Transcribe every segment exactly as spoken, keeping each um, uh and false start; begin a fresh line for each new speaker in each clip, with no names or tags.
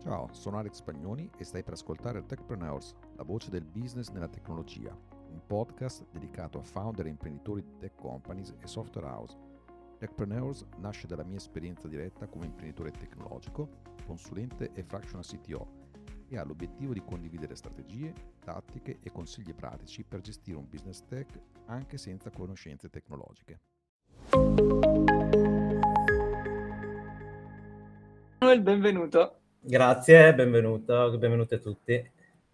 Ciao, sono Alex Spagnoni e stai per ascoltare Techpreneurs, la voce del business nella tecnologia, un podcast dedicato a founder e imprenditori di tech companies e software house. Techpreneurs nasce dalla mia esperienza diretta come imprenditore tecnologico, consulente e fractional C T O e ha l'obiettivo di condividere strategie, tattiche e consigli pratici per gestire un business tech anche senza conoscenze tecnologiche.
Manuel, benvenuto.
Grazie, benvenuto, benvenuti a tutti.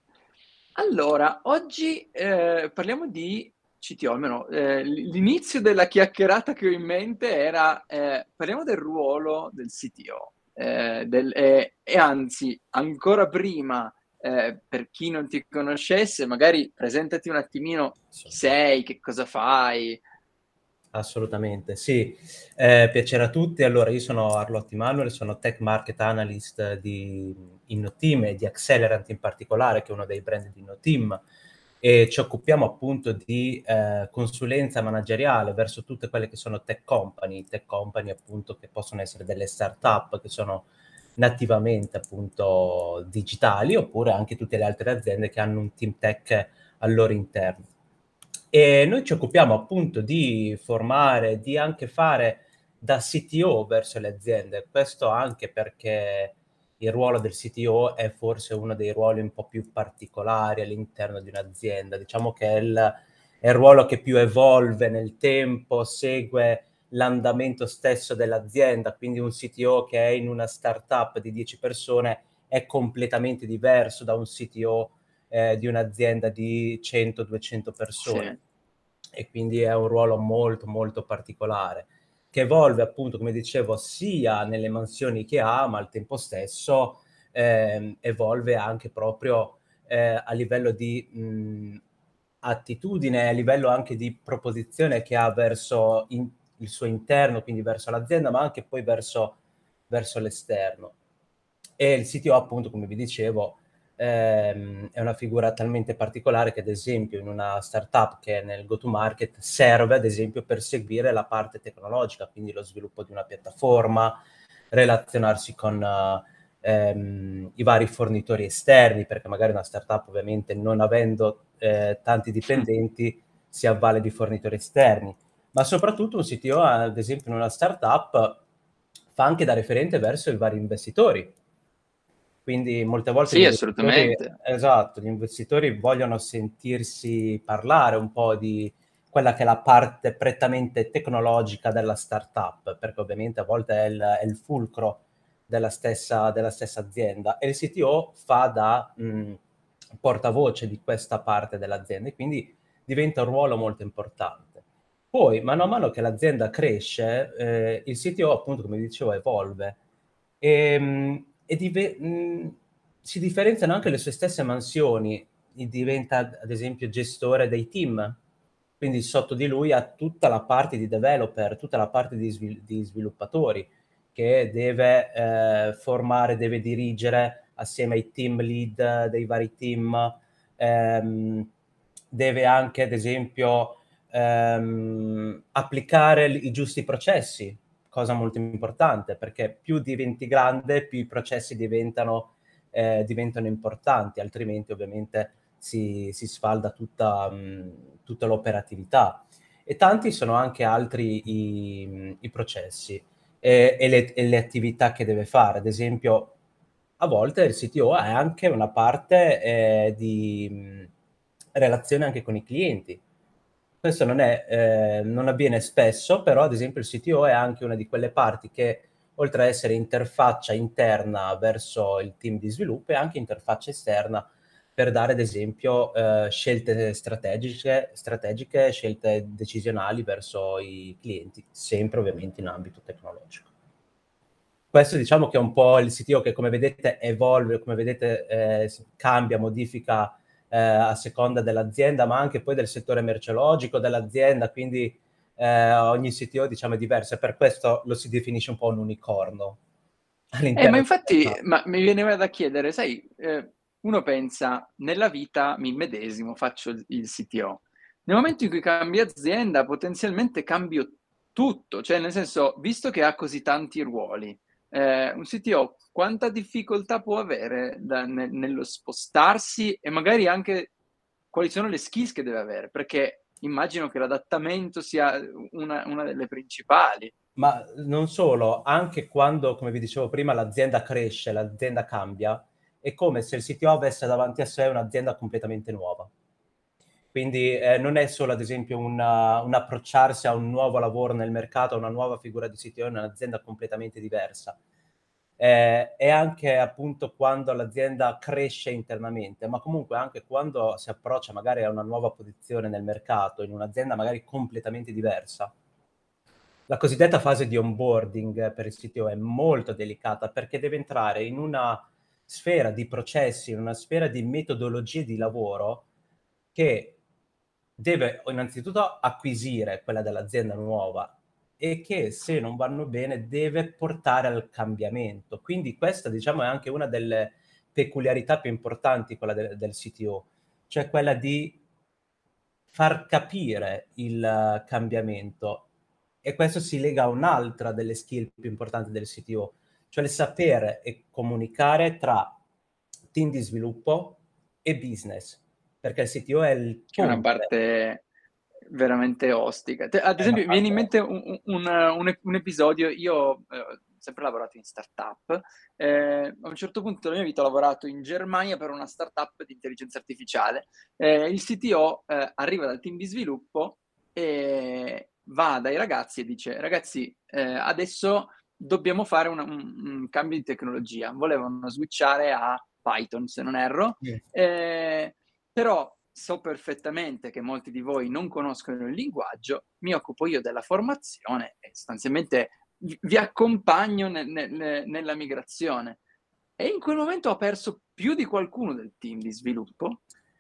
Allora, oggi eh, parliamo di C T O, almeno eh, l'inizio della chiacchierata che ho in mente era eh, parliamo del ruolo del C T O eh, del, eh, e anzi, ancora prima, eh, per chi non ti conoscesse, magari presentati un attimino chi sei, che cosa fai.
Assolutamente, sì. Eh, piacere a tutti. Allora, io sono Arlotti Manuel, sono Tech Market Analyst di Innoteam e di Accelerant in particolare, che è uno dei brand di Innoteam, e ci occupiamo appunto di eh, consulenza manageriale verso tutte quelle che sono tech company, tech company appunto che possono essere delle start-up che sono nativamente appunto digitali, oppure anche tutte le altre aziende che hanno un team tech al loro interno. E noi ci occupiamo appunto di formare, di anche fare da C T O verso le aziende. Questo anche perché il ruolo del C T O è forse uno dei ruoli un po' più particolari all'interno di un'azienda. Diciamo che è il, è il ruolo che più evolve nel tempo, segue l'andamento stesso dell'azienda, quindi un C T O che è in una startup di dieci persone è completamente diverso da un C T O eh, di un'azienda di cento duecento persone.
Sì.
E quindi è un ruolo molto molto particolare che evolve appunto, come dicevo, sia nelle mansioni che ha, ma al tempo stesso eh, evolve anche proprio eh, a livello di mh, attitudine, a livello anche di proposizione che ha verso in, il suo interno, quindi verso l'azienda, ma anche poi verso, verso l'esterno. E il C T O appunto, come vi dicevo, ehm, è una figura talmente particolare che ad esempio in una startup che è nel go-to-market serve ad esempio per seguire la parte tecnologica, quindi lo sviluppo di una piattaforma, relazionarsi con uh, ehm, i vari fornitori esterni, perché magari una startup ovviamente non avendo eh, tanti dipendenti si avvale di fornitori esterni, ma soprattutto un C T O ad esempio in una startup fa anche da referente verso i vari investitori. Quindi molte volte
Sì,
gli investitori,
assolutamente.
esatto, gli investitori vogliono sentirsi parlare un po' di quella che è la parte prettamente tecnologica della startup, perché ovviamente a volte è il, è il fulcro della stessa, della stessa azienda, e il C T O fa da mh, portavoce di questa parte dell'azienda e quindi diventa un ruolo molto importante. Poi, mano a mano che l'azienda cresce, eh, il C T O, appunto, come dicevo, evolve e, mh, e dive- mh, si differenziano anche le sue stesse mansioni. Diventa, ad esempio, gestore dei team, quindi sotto di lui ha tutta la parte di developer, tutta la parte di, svil- di sviluppatori che deve eh, formare, deve dirigere assieme ai team lead dei vari team, ehm, deve anche, ad esempio, ehm, applicare i giusti processi, cosa molto importante, perché più diventi grande, più i processi diventano, eh, diventano importanti, altrimenti ovviamente si, si sfalda tutta, mh, tutta l'operatività. E tanti sono anche altri i, i processi e, e, le, e le attività che deve fare. Ad esempio, a volte il C T O ha anche una parte eh, di mh, relazione anche con i clienti. Questo non, è, eh, non avviene spesso, però ad esempio il C T O è anche una di quelle parti che, oltre ad essere interfaccia interna verso il team di sviluppo, è anche interfaccia esterna per dare, ad esempio, eh, scelte strategiche, strategiche, scelte decisionali verso i clienti, sempre ovviamente in ambito tecnologico. Questo diciamo che è un po' il C T O che, come vedete, evolve, come vedete eh, cambia, modifica eh, a seconda dell'azienda, ma anche poi del settore merceologico dell'azienda, quindi eh, ogni C T O diciamo è diverso e per questo lo si definisce un po' un unicorno
Eh, ma
all'interno
infatti,
della
ma mi viene da chiedere, sai, eh, uno pensa, nella vita mi immedesimo, faccio il il C T O. Nel momento in cui cambi azienda, potenzialmente cambio tutto, cioè nel senso, visto che ha così tanti ruoli, eh, un C T O quanta difficoltà può avere da, ne, nello spostarsi e magari anche quali sono le skills che deve avere? Perché immagino che l'adattamento sia una, una delle principali.
Ma non solo, anche quando, come vi dicevo prima, l'azienda cresce, l'azienda cambia, è come se il C T O avesse davanti a sé un'azienda completamente nuova. Quindi eh, non è solo, ad esempio, una, un approcciarsi a un nuovo lavoro nel mercato, a una nuova figura di C T O in un'azienda completamente diversa. Eh, è anche appunto quando l'azienda cresce internamente, ma comunque anche quando si approccia magari a una nuova posizione nel mercato, in un'azienda magari completamente diversa. La cosiddetta fase di onboarding per il C T O è molto delicata perché deve entrare in una sfera di processi, in una sfera di metodologie di lavoro che deve innanzitutto acquisire quella dell'azienda nuova e che, se non vanno bene, deve portare al cambiamento. Quindi questa, diciamo, è anche una delle peculiarità più importanti, quella de- del C T O, cioè quella di far capire il cambiamento. E questo si lega a un'altra delle skill più importanti del C T O, cioè il sapere e comunicare tra team di sviluppo e business, perché il C T O è il
Che è una
ponte.
parte veramente ostica. Te, ad
È una
esempio, mi viene in
parte...
mente un, un, un, un episodio, io eh, ho sempre lavorato in startup, eh, a un certo punto della mia vita ho lavorato in Germania per una startup di intelligenza artificiale. Eh, il C T O eh, arriva dal team di sviluppo e va dai ragazzi e dice: ragazzi, eh, adesso dobbiamo fare una, un, un cambio di tecnologia. Volevano switchare a Python, se non erro,
Mm.
eh, però so perfettamente che molti di voi non conoscono il linguaggio, mi occupo io della formazione e sostanzialmente vi, vi accompagno ne, ne, nella migrazione. E in quel momento ho perso più di qualcuno del team di sviluppo.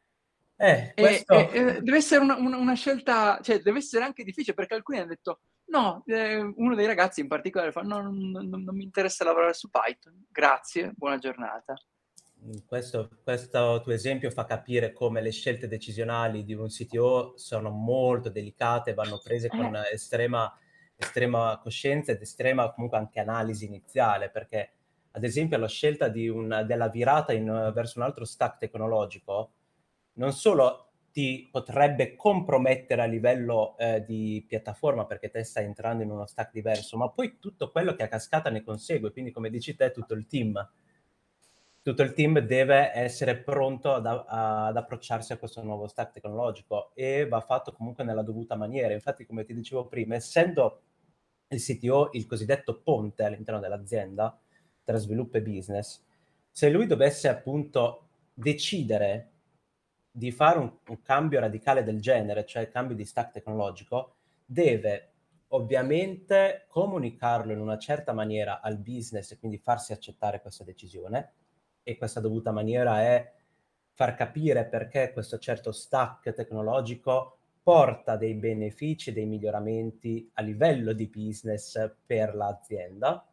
Eh,
E,
questo...
e, e deve essere una, una, una scelta, cioè deve essere anche difficile perché alcuni hanno detto no, eh, uno dei ragazzi in particolare fa no, non, non, non mi interessa lavorare su Python, grazie, buona giornata.
Questo, questo tuo esempio fa capire come le scelte decisionali di un C T O sono molto delicate, vanno prese con
Eh.
estrema, estrema coscienza ed estrema comunque anche analisi iniziale, perché ad esempio la scelta di un, della virata in, verso un altro stack tecnologico non solo ti potrebbe compromettere a livello eh, di piattaforma perché te stai entrando in uno stack diverso, ma poi tutto quello che a cascata ne consegue, quindi come dici te tutto il team. Tutto il team deve essere pronto ad, ad approcciarsi a questo nuovo stack tecnologico e va fatto comunque nella dovuta maniera. Infatti, come ti dicevo prima, essendo il C T O il cosiddetto ponte all'interno dell'azienda tra sviluppo e business, se lui dovesse appunto decidere di fare un, un cambio radicale del genere, cioè il cambio di stack tecnologico, deve ovviamente comunicarlo in una certa maniera al business e quindi farsi accettare questa decisione, e questa dovuta maniera è far capire perché questo certo stack tecnologico porta dei benefici, dei miglioramenti a livello di business per l'azienda.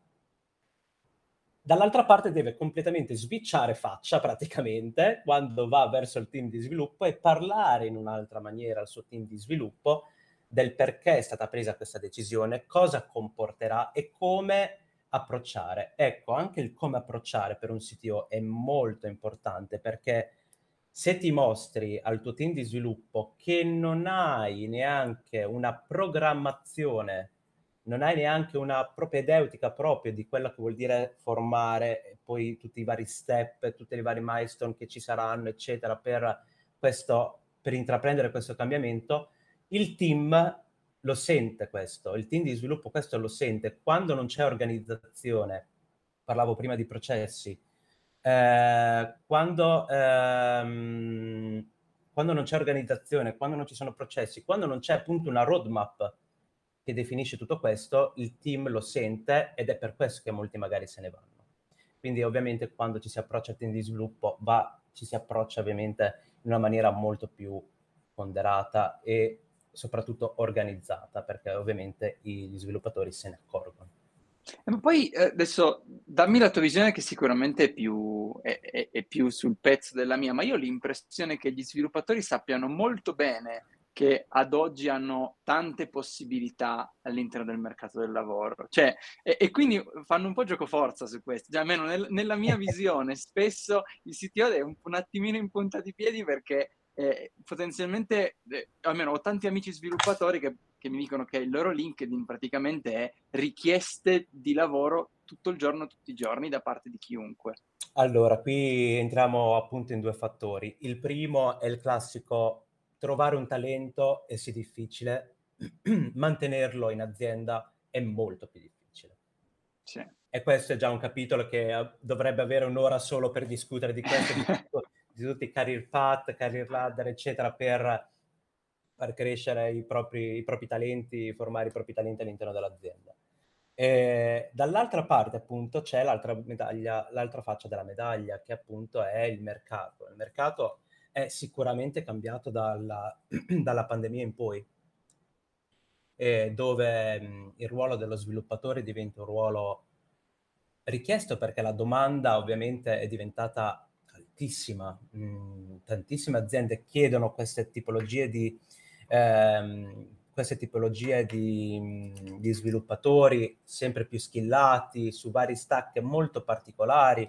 Dall'altra parte deve completamente switchare faccia praticamente quando va verso il team di sviluppo e parlare in un'altra maniera al suo team di sviluppo del perché è stata presa questa decisione, cosa comporterà e come approcciare. Ecco, anche il come approcciare per un C T O è molto importante, perché se ti mostri al tuo team di sviluppo che non hai neanche una programmazione, non hai neanche una propedeutica proprio di quello che vuol dire formare, e poi tutti i vari step, tutti i vari milestone che ci saranno, eccetera, per questo, per intraprendere questo cambiamento, il team lo sente questo, il team di sviluppo questo lo sente. Quando non c'è organizzazione, parlavo prima di processi, eh, quando, ehm, quando non c'è organizzazione, quando non ci sono processi, quando non c'è appunto una roadmap che definisce tutto questo, il team lo sente ed è per questo che molti magari se ne vanno. Quindi ovviamente quando ci si approccia al team di sviluppo va, ci si approccia ovviamente in una maniera molto più ponderata e soprattutto organizzata, perché ovviamente gli sviluppatori se ne accorgono.
Ma poi eh, adesso dammi la tua visione che sicuramente è più, è, è- è più sul pezzo della mia, ma io ho l'impressione che gli sviluppatori sappiano molto bene che ad oggi hanno tante possibilità all'interno del mercato del lavoro. Cioè, e, e quindi fanno un po' giocoforza su questo. Cioè, almeno nel, nella mia visione, spesso il C T O è un, un attimino in punta di piedi perché eh, potenzialmente, eh, almeno ho tanti amici sviluppatori che, che mi dicono che il loro LinkedIn praticamente è richieste di lavoro tutto il giorno, tutti i giorni, da parte di chiunque.
Allora, qui entriamo appunto in due fattori. Il primo è il classico trovare un talento è sì difficile, mantenerlo in azienda è molto più difficile.
Sì.
E questo è già un capitolo che dovrebbe avere un'ora solo per discutere di questo, di, tutto, di tutti i career path, career ladder, eccetera, per far crescere i propri, i propri talenti, formare i propri talenti all'interno dell'azienda. E dall'altra parte, appunto, c'è l'altra medaglia, l'altra faccia della medaglia, che appunto è il mercato. Il mercato è sicuramente cambiato dalla, dalla pandemia in poi, e dove mh, il ruolo dello sviluppatore diventa un ruolo richiesto perché la domanda ovviamente è diventata altissima. Mm, tantissime aziende chiedono queste tipologie di ehm, queste tipologie di, di sviluppatori sempre più skillati su vari stack molto particolari,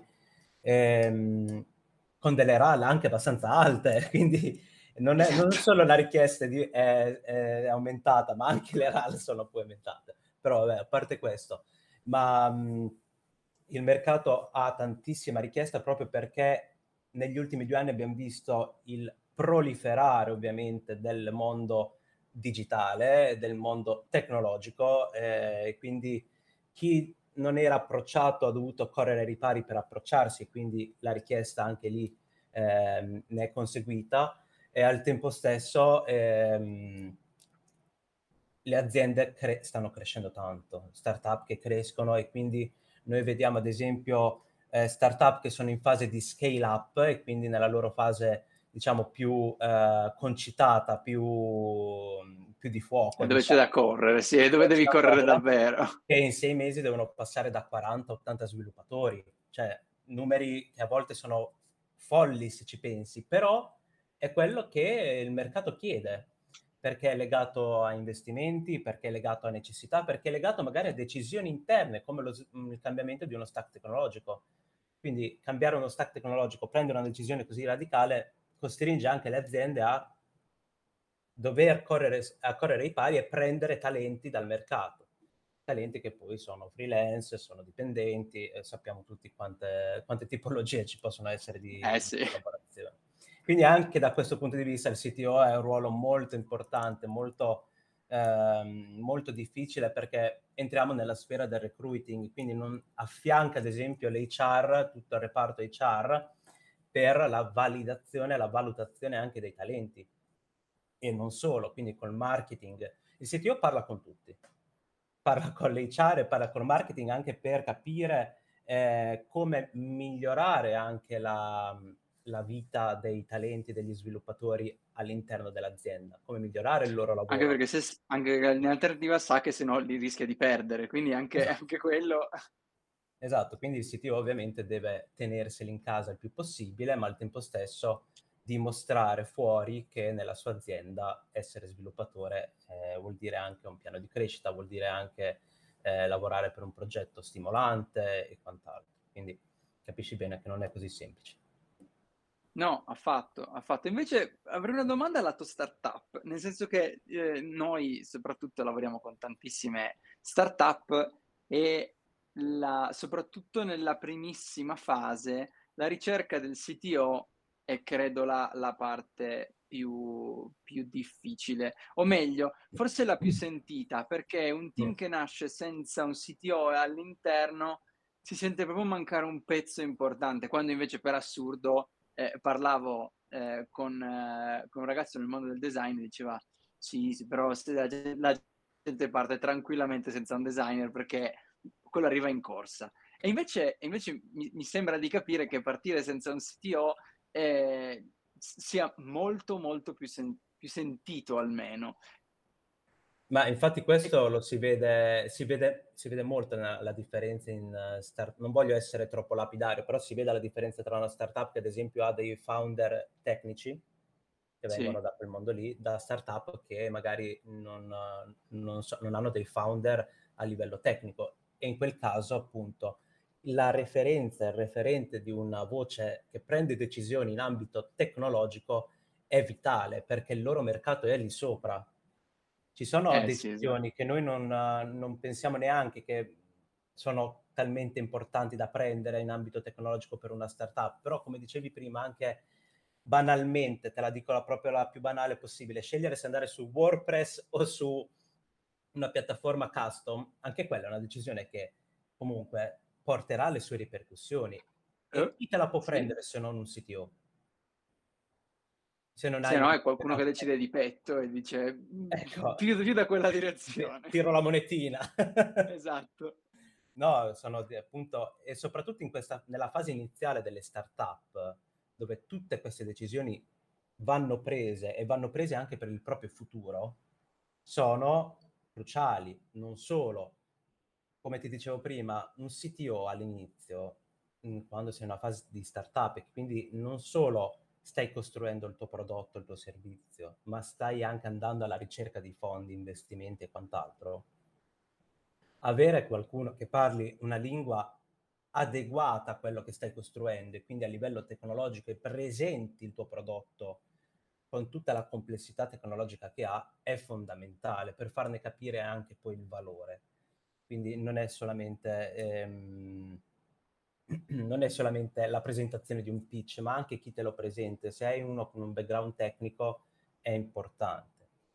ehm, con delle R A L anche abbastanza alte, quindi non, è, non solo la richiesta di, è, è aumentata, ma anche le R A L sono poi aumentate. Però vabbè, a parte questo, ma mh, il mercato ha tantissima richiesta proprio perché negli ultimi due anni abbiamo visto il proliferare ovviamente del mondo digitale, del mondo tecnologico, eh, quindi chi non era approcciato ha dovuto correre ai ripari per approcciarsi, quindi la richiesta anche lì eh, ne è conseguita, e al tempo stesso ehm, le aziende cre- stanno crescendo tanto, startup che crescono, e quindi noi vediamo ad esempio eh, startup che sono in fase di scale up e quindi nella loro fase diciamo più eh, concitata, più, più di fuoco,
Dove c'è
diciamo,
da correre, sì, dove devi
da
correre
correre,
davvero.
che in sei mesi devono passare da quaranta a ottanta sviluppatori, cioè numeri che a volte sono folli se ci pensi, però è quello che il mercato chiede, perché è legato a investimenti, perché è legato a necessità, perché è legato magari a decisioni interne, come lo, il cambiamento di uno stack tecnologico. Quindi cambiare uno stack tecnologico, prendere una decisione così radicale, costringe anche le aziende a dover correre, a correre ai pari e prendere talenti dal mercato. Talenti che poi sono freelance, sono dipendenti, e sappiamo tutti quante, quante tipologie ci possono essere di,
Eh
di
sì.
collaborazione. Quindi anche da questo punto di vista il C T O è un ruolo molto importante, molto, ehm, molto difficile, perché entriamo nella sfera del recruiting, quindi non affianca ad esempio l'H R, tutto il reparto H R, per la validazione e la valutazione anche dei talenti. E non solo, quindi col marketing. Il C T O parla con tutti, parla con l'H R, parla col marketing anche per capire eh, come migliorare anche la, la vita dei talenti, degli sviluppatori all'interno dell'azienda, come migliorare il loro
Anche
lavoro.
perché se, anche in alternativa sa che se no li rischia di perdere, quindi anche,
Esatto.
anche quello...
Esatto, quindi il C T O ovviamente deve tenerseli in casa il più possibile, ma al tempo stesso dimostrare fuori che nella sua azienda essere sviluppatore eh, vuol dire anche un piano di crescita, vuol dire anche eh, lavorare per un progetto stimolante e quant'altro. Quindi capisci bene che non è così semplice.
No, affatto, affatto. Invece avrei una domanda lato startup, nel senso che eh, noi soprattutto lavoriamo con tantissime startup e la, soprattutto nella primissima fase la ricerca del C T O è credo la, la parte più, più difficile, o meglio, forse la più sentita, perché un team
Mm.
che nasce senza un C T O all'interno si sente proprio mancare un pezzo importante, quando invece per assurdo eh, parlavo eh, con, eh, con un ragazzo nel mondo del design e diceva sì, sì, però se la, gente- la gente parte tranquillamente senza un designer perché quello arriva in corsa. E invece, e invece mi, mi sembra di capire che partire senza un C T O eh, sia molto molto più, sen- più sentito almeno.
Ma infatti
E,
questo lo si vede, si vede, si vede molto la, la differenza in uh, start, non voglio essere troppo lapidario, però si vede la differenza tra una startup che ad esempio ha dei founder tecnici che
Sì.
vengono da quel mondo lì, da startup che magari non, non, so, non hanno dei founder a livello tecnico. E in quel caso, appunto, la referenza, il referente di una voce che prende decisioni in ambito tecnologico è vitale, perché il loro mercato è lì sopra. Ci sono
Eh, sì,
decisioni
esatto.
che noi non, non pensiamo neanche che sono talmente importanti da prendere in ambito tecnologico per una startup, però come dicevi prima, anche banalmente, te la dico la, proprio la più banale possibile, scegliere se andare su WordPress o su una piattaforma custom, anche quella è una decisione che comunque porterà le sue ripercussioni. E
Eh,
chi te la può
sì.
prendere se non un C T O? Se non
Se
hai
no
un
è qualcuno che
background
decide di
tecnico.
petto e dice
Ecco,
più, più da quella direzione.
tiro la monetina.
Esatto.
No, sono appunto, e soprattutto in questa, nella fase iniziale delle startup, dove tutte queste decisioni vanno prese e vanno prese anche per il proprio futuro, sono cruciali. Non solo, come ti dicevo prima, un C T O all'inizio, quando sei in una fase di startup, e quindi non solo stai costruendo il tuo prodotto, il tuo servizio, ma stai anche andando alla ricerca di fondi, investimenti e quant'altro. Avere qualcuno che parli una lingua adeguata a quello che stai costruendo e quindi a livello tecnologico e presenti il tuo prodotto con tutta la complessità tecnologica che ha è fondamentale per farne capire anche poi il valore. Quindi non è solamente, ehm, non è solamente la presentazione di un pitch, ma anche chi te lo presenta. Se hai uno con un background tecnico è importante.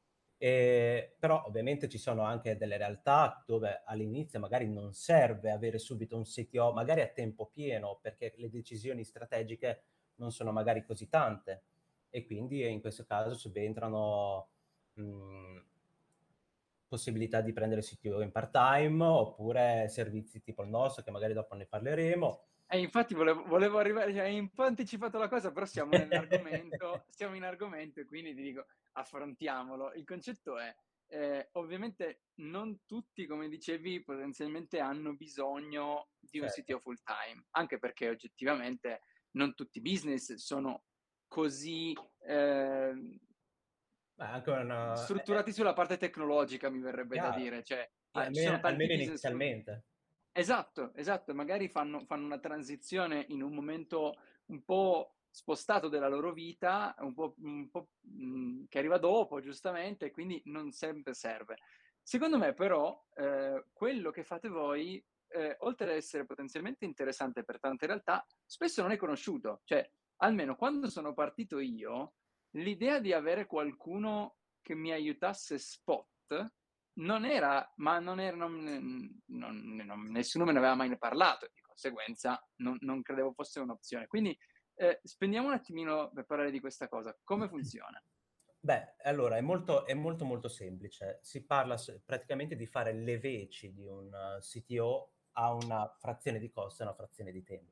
E, però ovviamente ci sono anche delle realtà dove all'inizio magari non serve avere subito un C T O, magari a tempo pieno, perché le decisioni strategiche non sono magari così tante. E quindi in questo caso subentrano mh, possibilità di prendere C T O in part-time, oppure servizi tipo il nostro, che magari dopo ne parleremo.
E infatti volevo, volevo arrivare, cioè, hai un po' anticipato la cosa, però siamo nell'argomento, siamo in argomento e quindi ti dico, affrontiamolo. Il concetto è, eh, ovviamente non tutti, come dicevi, potenzialmente hanno bisogno di un
Certo.
C T O full time, anche perché oggettivamente non tutti i business sono così eh,
Ma anche una... È, è
strutturati sulla parte tecnologica, mi verrebbe da
chiaro.
dire. Cioè,
Sì,
ah, ci sono
almeno,
tanti
almeno
business.
inizialmente.
Esatto, esatto, magari fanno, fanno una transizione in un momento un po' spostato della loro vita, un po', un po' mh, che arriva dopo, giustamente, e quindi non sempre serve. Secondo me, però, eh, quello che fate voi, eh, oltre ad essere potenzialmente interessante per tante realtà, spesso non è conosciuto. Cioè, almeno quando sono partito io, l'idea di avere qualcuno che mi aiutasse spot non era, ma non era, non, non, non, nessuno me ne aveva mai parlato, e di conseguenza non, non credevo fosse un'opzione. Quindi eh, spendiamo un attimino per parlare di questa cosa. Come funziona?
Beh, allora è molto, è molto molto semplice. Si parla s- praticamente di fare le veci di un uh, C T O a una frazione di costo e una frazione di tempo.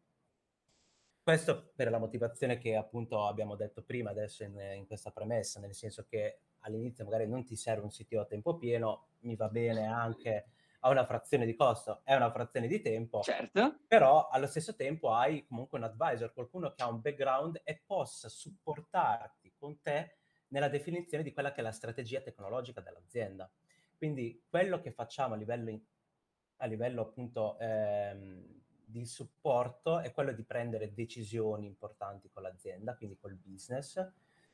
Questo per la motivazione che appunto abbiamo detto prima adesso in, in questa premessa, nel senso che all'inizio magari non ti serve un C T O a tempo pieno, mi va bene anche a una frazione di costo e una frazione di tempo,
Certo.
però allo stesso tempo hai comunque un advisor, qualcuno che ha un background e possa supportarti con te nella definizione di quella che è la strategia tecnologica dell'azienda. Quindi quello che facciamo a livello, in, a livello appunto ehm, di supporto è quello di prendere decisioni importanti con l'azienda, quindi col business,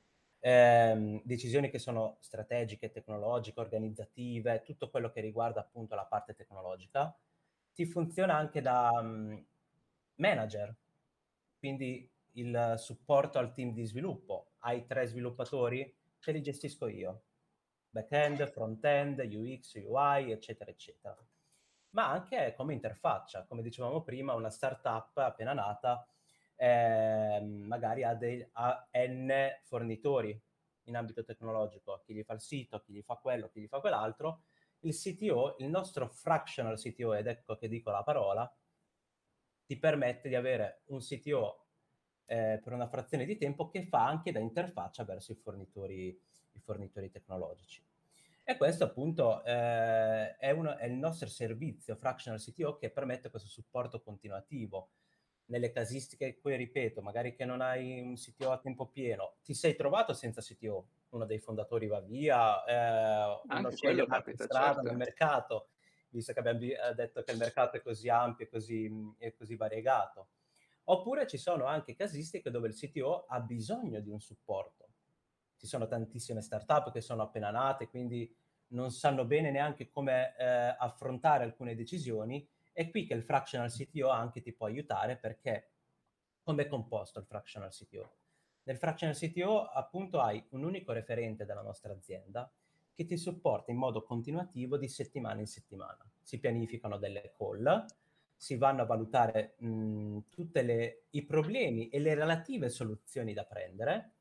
ehm, decisioni che sono strategiche, tecnologiche, organizzative, tutto quello che riguarda appunto la parte tecnologica. Ti funziona anche da um, manager, quindi il supporto al team di sviluppo. Hai tre sviluppatori, te li gestisco io. Back-end, front-end, U X, U I, eccetera, eccetera. Ma anche come interfaccia. Come dicevamo prima, una startup appena nata eh, magari ha, dei, ha N fornitori in ambito tecnologico. Chi gli fa il sito, chi gli fa quello, chi gli fa quell'altro. Il C T O, il nostro fractional C T O, ed ecco che dico la parola, ti permette di avere un C T O eh, per una frazione di tempo che fa anche da interfaccia verso i fornitori, i fornitori tecnologici. E questo appunto eh, è, uno, è il nostro servizio Fractional C T O che permette questo supporto continuativo. nelle casistiche, poi ripeto, magari che non hai un C T O a tempo pieno, ti sei trovato senza C T O, uno dei fondatori va via, eh, uno
Anche
sceglie
quello
un'altra
capita,
strada
certo.
nel mercato, visto che abbiamo bi- eh, detto che il mercato è così ampio e così, è così variegato. Oppure ci sono anche casistiche dove il C T O ha bisogno di un supporto. Ci sono tantissime startup che sono appena nate, quindi non sanno bene neanche come eh, affrontare alcune decisioni. È qui che il fractional C T O anche ti può aiutare, perché come è composto il fractional C T O? Nel fractional C T O appunto hai un unico referente della nostra azienda che ti supporta in modo continuativo di settimana in settimana. Si pianificano delle call, si vanno a valutare tutti i problemi e le relative soluzioni da prendere,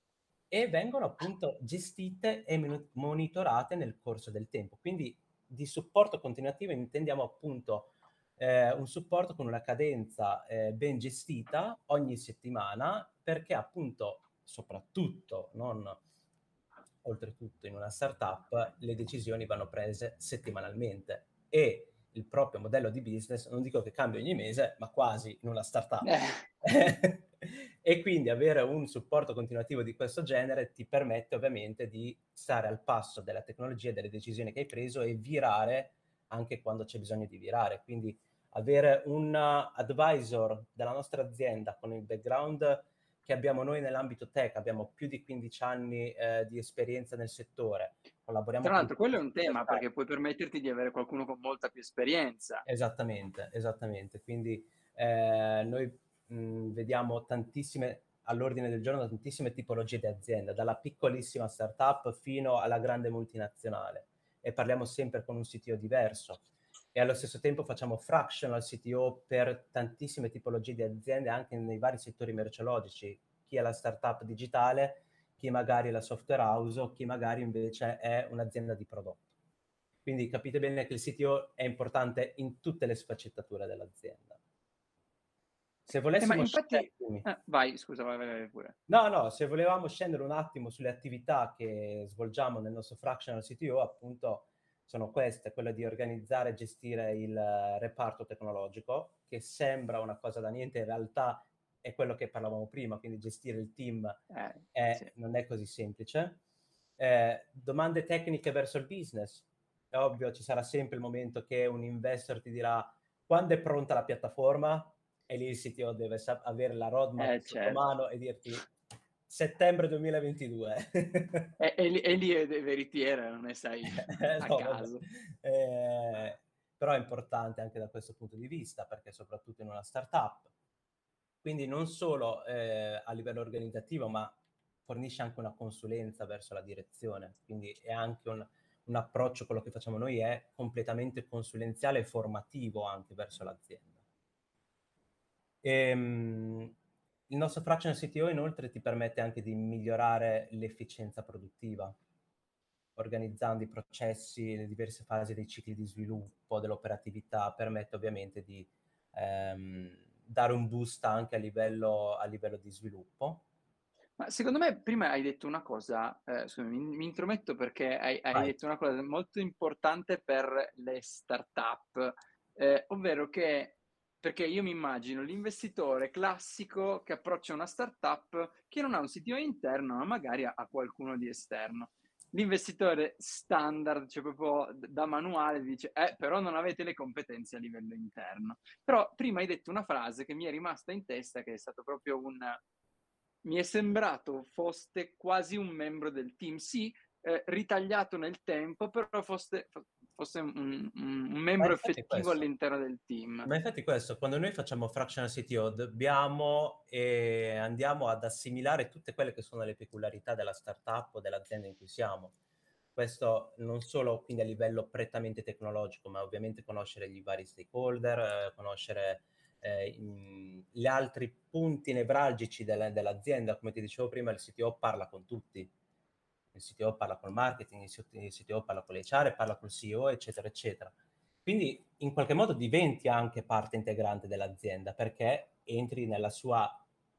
e vengono appunto gestite e monitorate nel corso del tempo. Quindi di supporto continuativo intendiamo appunto eh, un supporto con una cadenza eh, ben gestita ogni settimana, perché appunto, soprattutto, non oltretutto in una startup, le decisioni vanno prese settimanalmente e il proprio modello di business, non dico che cambia ogni mese, ma quasi in una startup.
Eh.
E quindi avere un supporto continuativo di questo genere ti permette ovviamente di stare al passo della tecnologia e delle decisioni che hai preso e virare anche quando c'è bisogno di virare. Quindi avere un advisor della nostra azienda con il background che abbiamo noi nell'ambito tech, abbiamo più di quindici anni eh, di esperienza nel settore, collaboriamo
Tra
con
l'altro quello è un
tantissime
tema,
startup.
perché puoi permetterti di avere qualcuno con molta più esperienza.
Esattamente, esattamente. Quindi eh, noi mh, vediamo tantissime, all'ordine del giorno, tantissime tipologie di aziende, dalla piccolissima startup fino alla grande multinazionale, e parliamo sempre con un C T O diverso. E allo stesso tempo facciamo fractional C T O per tantissime tipologie di aziende, anche nei vari settori merceologici. Chi è la startup digitale, chi magari è la software house, o chi magari invece è un'azienda di prodotto. Quindi capite bene che il C T O è importante in tutte le sfaccettature dell'azienda. Se
Eh, ma
volessimo
infatti...
scendere...
eh, vai, scusa, vai, vai, vai pure.
No, no, se volevamo scendere un attimo sulle attività che svolgiamo nel nostro fractional C T O, appunto, sono queste, quelle di organizzare e gestire il reparto tecnologico, che sembra una cosa da niente, in realtà è quello che parlavamo prima, quindi gestire il team
Eh,
è,
sì.
non è così semplice. Eh, domande tecniche verso il business. È ovvio, ci sarà sempre il momento che un investor ti dirà quando è pronta la piattaforma, e lì il C T O deve sap- avere la roadmap
Eh,
sotto
certo.
mano e dirti settembre duemilaventidue.
E, e, lì- e lì è veritiera, non ne sai a
No, vabbè.
caso.
Eh, però è importante anche da questo punto di vista, perché soprattutto in una startup, quindi non solo eh, a livello organizzativo, ma fornisce anche una consulenza verso la direzione, quindi è anche un, un approccio, quello che facciamo noi è completamente consulenziale e formativo anche verso l'azienda. Ehm, il nostro fractional C T O inoltre ti permette anche di migliorare l'efficienza produttiva, organizzando i processi, le diverse fasi dei cicli di sviluppo, dell'operatività, permette ovviamente di ehm, dare un boost anche a livello, a livello di sviluppo.
Ma secondo me prima hai detto una cosa, eh, scusami, mi, mi intrometto perché hai, hai
Vai.
detto una cosa molto importante per le start-up, eh, ovvero che, perché io mi immagino l'investitore classico che approccia una startup che non ha un C T O interno, ma magari ha, ha qualcuno di esterno. L'investitore standard, cioè proprio da manuale, dice, eh, però non avete le competenze a livello interno. Però prima hai detto una frase che mi è rimasta in testa, che è stato proprio un... Mi è sembrato foste quasi un membro del team, sì, eh, ritagliato nel tempo, però foste, fosse un, un, un
Ma
membro
infatti è
effettivo
questo.
all'interno del team.
Ma infatti questo, quando noi facciamo fractional C T O, dobbiamo e andiamo ad assimilare tutte quelle che sono le peculiarità della startup o dell'azienda in cui siamo. Questo non solo quindi a livello prettamente tecnologico, ma ovviamente conoscere gli vari stakeholder, eh, conoscere eh, in, gli altri punti nevralgici della, dell'azienda. Come ti dicevo prima, il C T O parla con tutti. Il C T O parla col marketing, il C T O parla con l'H R, parla col C E O, eccetera, eccetera. Quindi in qualche modo diventi anche parte integrante dell'azienda, perché entri nella sua,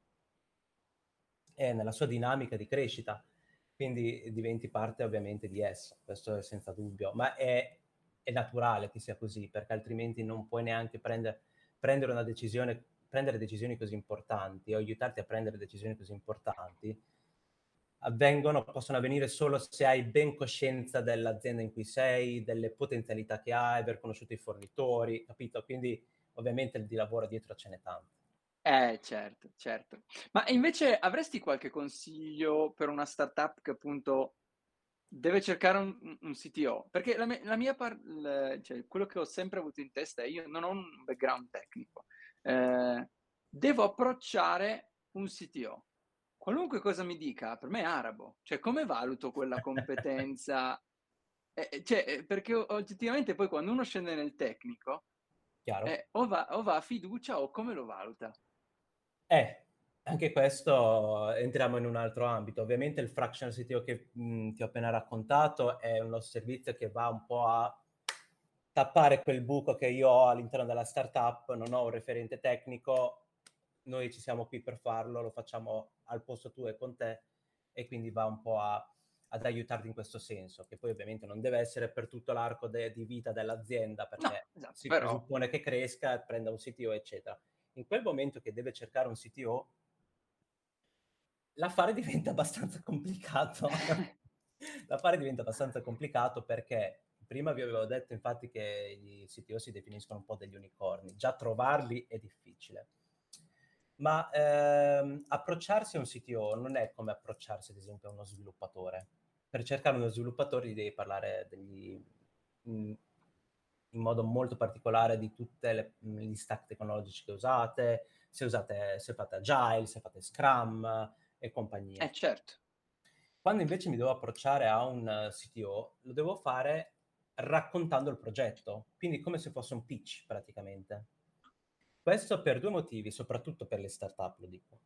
eh, nella sua dinamica di crescita, quindi diventi parte ovviamente di essa, questo è senza dubbio, ma è, è naturale che sia così, perché altrimenti non puoi neanche prendere, prendere una decisione prendere decisioni così importanti o aiutarti a prendere decisioni così importanti avvengono, possono avvenire solo se hai ben coscienza dell'azienda in cui sei, delle potenzialità che hai, aver conosciuto i fornitori, capito? Quindi ovviamente di lavoro dietro ce n'è tanto.
Eh, certo, certo. Ma invece avresti qualche consiglio per una startup che appunto deve cercare un, un C T O? Perché la, me- la mia par- l- cioè, quello che ho sempre avuto in testa è io non ho un background tecnico. Eh, devo approcciare un C T O. Qualunque cosa mi dica, per me è arabo. Cioè, come valuto quella competenza? Eh, eh, cioè, eh, perché o- oggettivamente poi quando uno scende nel tecnico,
Chiaro?
eh, o va, o va a fiducia o come lo valuta?
Eh, anche questo entriamo in un altro ambito. Ovviamente il fractional C T O che mh, ti ho appena raccontato è uno servizio che va un po' a tappare quel buco che io ho all'interno della startup, non ho un referente tecnico, noi ci siamo qui per farlo, lo facciamo al posto tuo e con te, e quindi va un po' a, ad aiutarti in questo senso, che poi ovviamente non deve essere per tutto l'arco de, di vita dell'azienda,
No,
perché
esatto,
si
però...
presuppone che cresca, prenda un C T O, eccetera. In quel momento che deve cercare un C T O, l'affare diventa abbastanza complicato. L'affare diventa abbastanza complicato perché prima vi avevo detto infatti che i C T O si definiscono un po' degli unicorni. Già trovarli è difficile. Ma ehm, approcciarsi a un C T O non è come approcciarsi ad esempio a uno sviluppatore. Per cercare uno sviluppatore gli devi parlare degli, in, in modo molto particolare di tutti gli stack tecnologici che usate, se usate, se fate Agile, se fate Scrum e compagnia.
Eh, certo.
Quando invece mi devo approcciare a un C T O, lo devo fare raccontando il progetto, quindi come se fosse un pitch praticamente. Questo per due motivi, soprattutto per le startup, lo dico.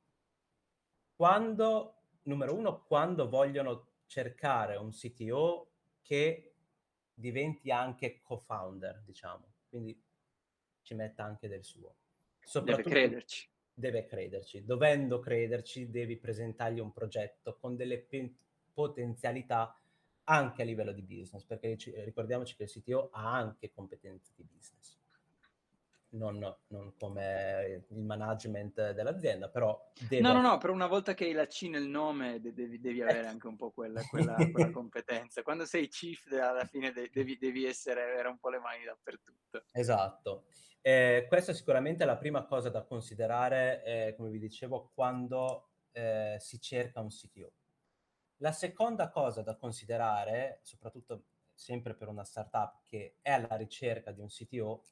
Quando, numero uno, quando vogliono cercare un C T O che diventi anche co-founder, diciamo, quindi ci metta anche del suo.
Deve
Soprattutto
crederci.
deve crederci. Dovendo crederci, devi presentargli un progetto con delle pe- potenzialità anche a livello di business, perché ci- ricordiamoci che il C T O ha anche competenze di business. Non, non come il management dell'azienda, però
No,
deve
no,
essere...
no, per una volta che hai la C nel nome de- devi, devi avere anche un po' quella, quella, quella competenza. Quando sei chief, de- alla fine de- devi, devi essere, avere un po' le mani dappertutto.
Esatto. Eh, questa sicuramente è la prima cosa da considerare, eh, come vi dicevo, quando eh, si cerca un C T O. La seconda cosa da considerare, soprattutto sempre per una startup che è alla ricerca di un C T O,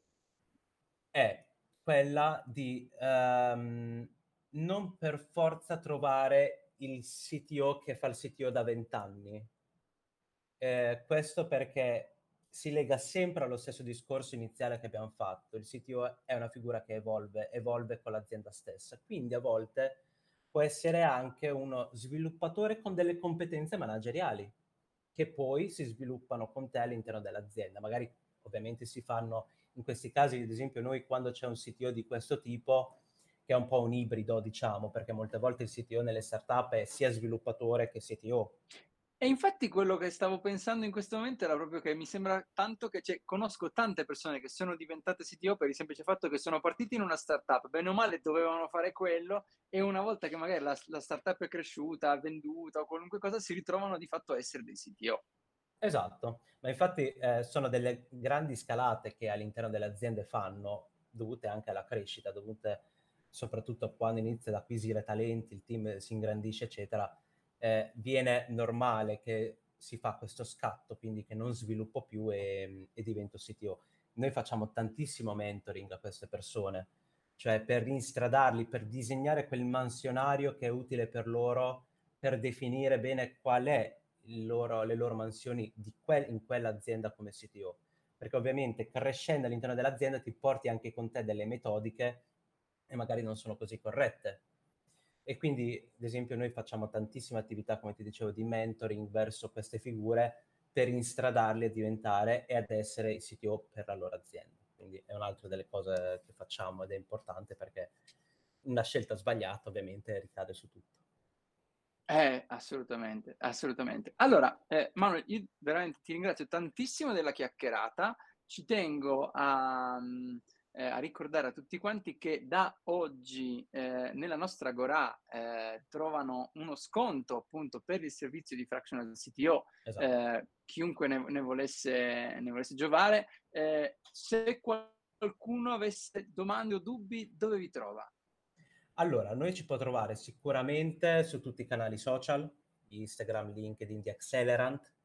è quella di ehm, non per forza trovare il C T O che fa il C T O da vent'anni. Eh, questo perché si lega sempre allo stesso discorso iniziale che abbiamo fatto. Il C T O è una figura che evolve, evolve con l'azienda stessa. Quindi a volte può essere anche uno sviluppatore con delle competenze manageriali che poi si sviluppano con te all'interno dell'azienda. Magari ovviamente si fanno, in questi casi, ad esempio noi quando c'è un C T O di questo tipo, che è un po' un ibrido, diciamo, perché molte volte il C T O nelle startup è sia sviluppatore che C T O.
E infatti quello che stavo pensando in questo momento era proprio che mi sembra tanto che cioè, conosco tante persone che sono diventate C T O per il semplice fatto che sono partiti in una startup, bene o male dovevano fare quello e una volta che magari la, la startup è cresciuta, venduta o qualunque cosa, si ritrovano di fatto a essere dei C T O.
Esatto, ma infatti eh, sono delle grandi scalate che all'interno delle aziende fanno, dovute anche alla crescita, dovute soprattutto quando inizia ad acquisire talenti, il team si ingrandisce, eccetera, eh, viene normale che si fa questo scatto, quindi che non sviluppo più e, e divento C T O. Noi facciamo tantissimo mentoring a queste persone, cioè per instradarli, per disegnare quel mansionario che è utile per loro, per definire bene qual è il loro, le loro mansioni di quel, in quell'azienda come C T O. Perché ovviamente crescendo all'interno dell'azienda ti porti anche con te delle metodiche e magari non sono così corrette. E quindi, ad esempio, noi facciamo tantissime attività, come ti dicevo, di mentoring verso queste figure per instradarli a diventare e ad essere i C T O per la loro azienda. Quindi è un'altra delle cose che facciamo ed è importante perché una scelta sbagliata ovviamente ricade su tutto.
Eh, assolutamente, assolutamente. Allora, eh, Manuel, io veramente ti ringrazio tantissimo della chiacchierata. Ci tengo a, eh, a ricordare a tutti quanti che da oggi eh, nella nostra Agorà eh, trovano uno sconto appunto per il servizio di Fractional C T O,
Esatto.
eh, chiunque ne, ne, volesse, ne volesse giovare. Eh, se qualcuno avesse domande o dubbi, dove vi trova?
Allora, noi ci può trovare sicuramente su tutti i canali social, Instagram, LinkedIn di Accelerant.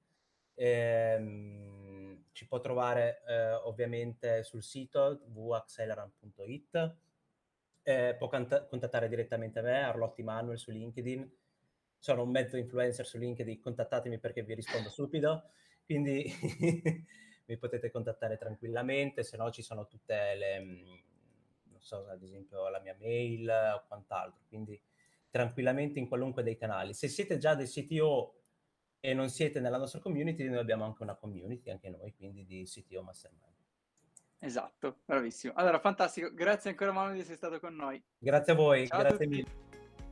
Ehm, ci può trovare eh, ovviamente sul sito w w w punto accelerant punto i t. Eh, può canta- contattare direttamente me, Arlotti Manuel su LinkedIn. Sono un mezzo influencer su LinkedIn, contattatemi perché vi rispondo subito, quindi mi potete contattare tranquillamente, se no ci sono tutte le, non so, ad esempio la mia mail o quant'altro, quindi tranquillamente in qualunque dei canali. Se siete già dei C T O e non siete nella nostra community, noi abbiamo anche una community, anche noi, quindi di C T O Mastermind.
Esatto, bravissimo. Allora, fantastico. Grazie ancora Manuel di essere stato con noi.
Grazie a voi,
Ciao
grazie
a tutti.
mille.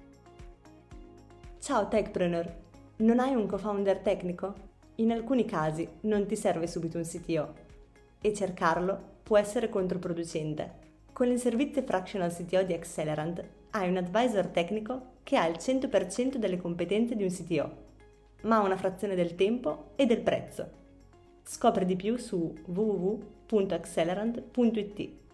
Ciao Techpreneur, non hai un co-founder tecnico? In alcuni casi non ti serve subito un C T O e cercarlo può essere controproducente. Con il servizio Fractional C T O di Accelerant hai un advisor tecnico che ha il cento per cento delle competenze di un C T O, ma ha una frazione del tempo e del prezzo. Scopri di più su w w w punto accelerant punto i t.